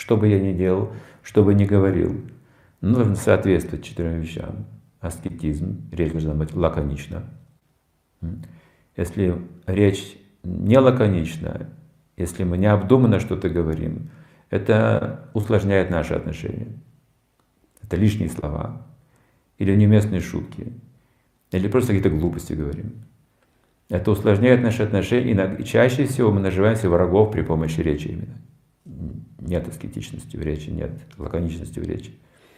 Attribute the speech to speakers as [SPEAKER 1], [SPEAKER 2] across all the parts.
[SPEAKER 1] что бы я ни делал, что бы ни говорил, нужно соответствовать 4 вещам. Аскетизм, речь должна быть лаконична. Если речь не лаконична, если мы необдуманно что-то говорим, это усложняет наши отношения. Это лишние слова, или неуместные шутки, или просто какие-то глупости говорим. Это усложняет наши отношения, и чаще всего мы наживаемся врагов при помощи речи именно. Нет аскетичности в речи, нет лаконичности в речи.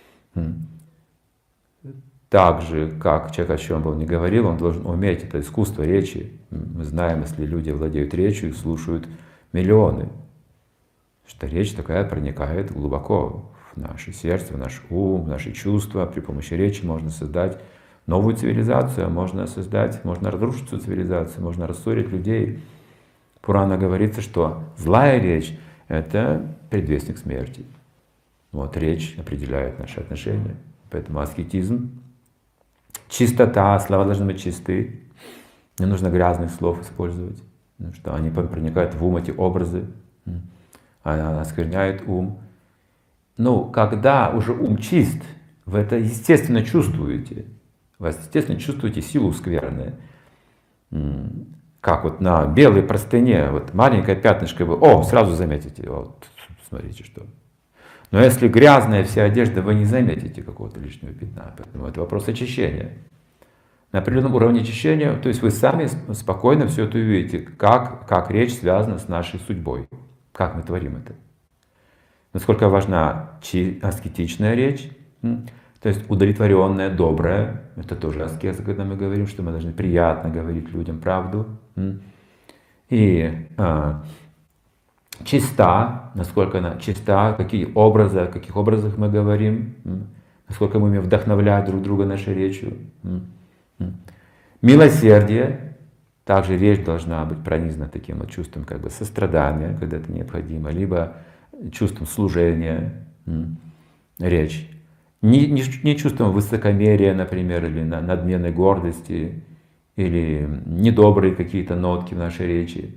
[SPEAKER 1] Так же, как человек, о чем бы он ни говорил, он должен уметь это искусство речи. Мы знаем, если люди владеют речью, их слушают миллионы. Что речь такая проникает глубоко в наше сердце, в наш ум, в наши чувства. При помощи речи можно создать новую цивилизацию, можно разрушить всю цивилизацию, можно рассорить людей. В Пурана говорится, что злая речь — это предвестник смерти. Вот речь определяет наши отношения. Поэтому аскетизм, чистота, слова должны быть чисты. Не нужно грязных слов использовать, потому что они проникают в ум, эти образы, оскверняют ум. Ну, когда уже ум чист, вы это естественно чувствуете. Вы естественно чувствуете силу скверны. Как вот на белой простыне, вот маленькое пятнышко, вы сразу заметите, вот смотрите что. Но если грязная вся одежда, вы не заметите какого-то лишнего пятна. Поэтому это вопрос очищения. На определенном уровне очищения, то есть вы сами спокойно все это увидите, как речь связана с нашей судьбой, как мы творим это. Насколько важна аскетичная речь, то есть удовлетворенная, добрая, это тоже аскеза, когда мы говорим, что мы должны приятно говорить людям правду. И чиста, насколько она чиста, о каких образах мы говорим, насколько мы умеем вдохновлять друг друга нашей речью. Милосердие, также речь должна быть пронизана таким вот чувством как бы сострадания, когда это необходимо, либо чувством служения, речь. Не чувством высокомерия, например, или надменной гордости, или недобрые какие-то нотки в нашей речи.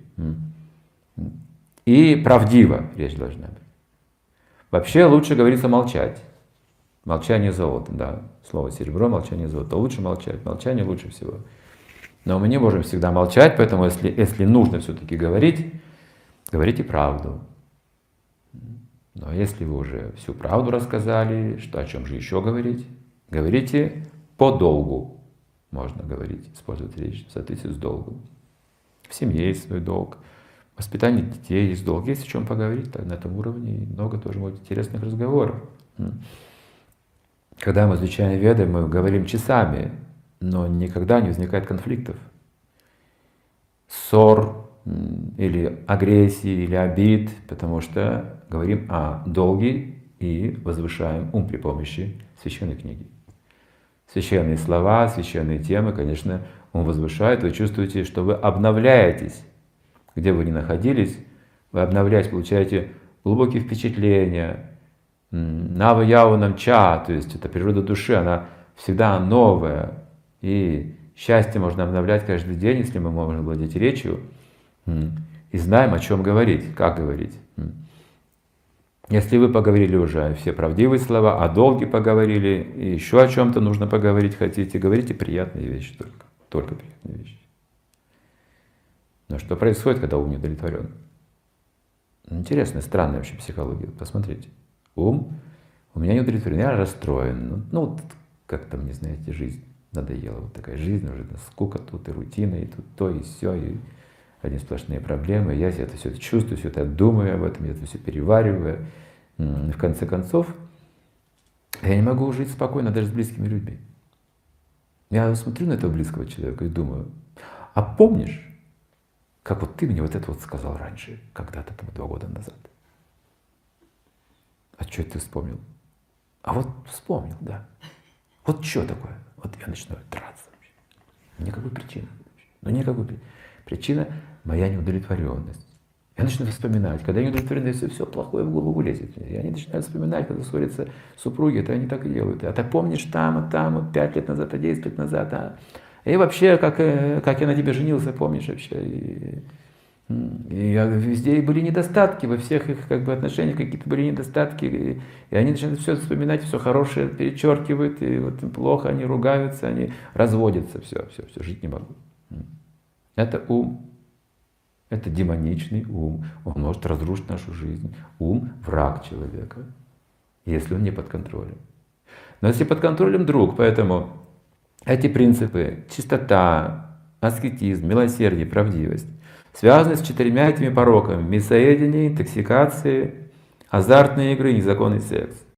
[SPEAKER 1] И правдиво речь должна быть. Вообще лучше, говорится, молчать. Молчание золото, да. Слово серебро, молчание золото. Лучше молчать. Молчание лучше всего. Но мы не можем всегда молчать, поэтому если нужно все-таки говорить, говорите правду. Но если вы уже всю правду рассказали, о чем же еще говорить? Говорите по долгу. Можно говорить, использовать речь в соответствии с долгом. В семье есть свой долг. Воспитание детей есть долг. Есть о чем поговорить на этом уровне. И много тоже может быть интересных разговоров. Когда мы изучаем Веды, мы говорим часами, но никогда не возникает конфликтов, ссор или агрессии, или обид, потому что говорим о долге и возвышаем ум при помощи священной книги. Священные слова, священные темы, конечно, ум возвышает. Вы чувствуете, что вы обновляетесь. Где бы вы ни находились, вы обновляетесь, получаете глубокие впечатления. Нава Яву Намча, то есть это природа души, она всегда новая. И счастье можно обновлять каждый день, если мы можем владеть речью и знаем, о чем говорить, как говорить. Если вы поговорили уже все правдивые слова, о долге поговорили, и еще о чем-то нужно поговорить хотите, говорите приятные вещи только приятные вещи. Но что происходит, когда ум не удовлетворен? Интересная, странная вообще психология. Посмотрите. Ум у меня не удовлетворен, я расстроен. Как-то мне, знаете, жизнь надоела. Вот такая жизнь, уже скука тут, и рутина, и тут то, и все, и одни сплошные проблемы. Я это все чувствую, все это думаю об этом, я это все перевариваю. В конце концов, я не могу жить спокойно даже с близкими людьми. Я смотрю на этого близкого человека и думаю, а помнишь, как вот ты мне вот это вот сказал раньше, когда-то, 2 года назад? А что это ты вспомнил? А вот вспомнил, да. Вот что такое? Вот я начинаю драться вообще. Никакой причины. Ну никакой причины. Причина — моя неудовлетворенность. Я начинаю вспоминать. Когда я неудовлетворен, все плохое в голову лезет. Я не начинаю вспоминать, когда ссорятся супруги, это они так и делают. А ты помнишь там, 5 лет назад, 10 лет назад, И вообще, как я на тебе женился, помнишь вообще? И везде были недостатки, во всех их как бы отношениях какие-то были недостатки, и они начинают все вспоминать, все хорошее перечеркивают, и вот им плохо, они ругаются, они разводятся, все, жить не могу. Это ум, это демоничный ум, он может разрушить нашу жизнь. Ум — враг человека, если он не под контролем. Но если под контролем — друг, поэтому эти принципы, чистота, аскетизм, милосердие, правдивость, связаны с 4 этими пороками: мясоедение, интоксикации, азартные игры, незаконный секс.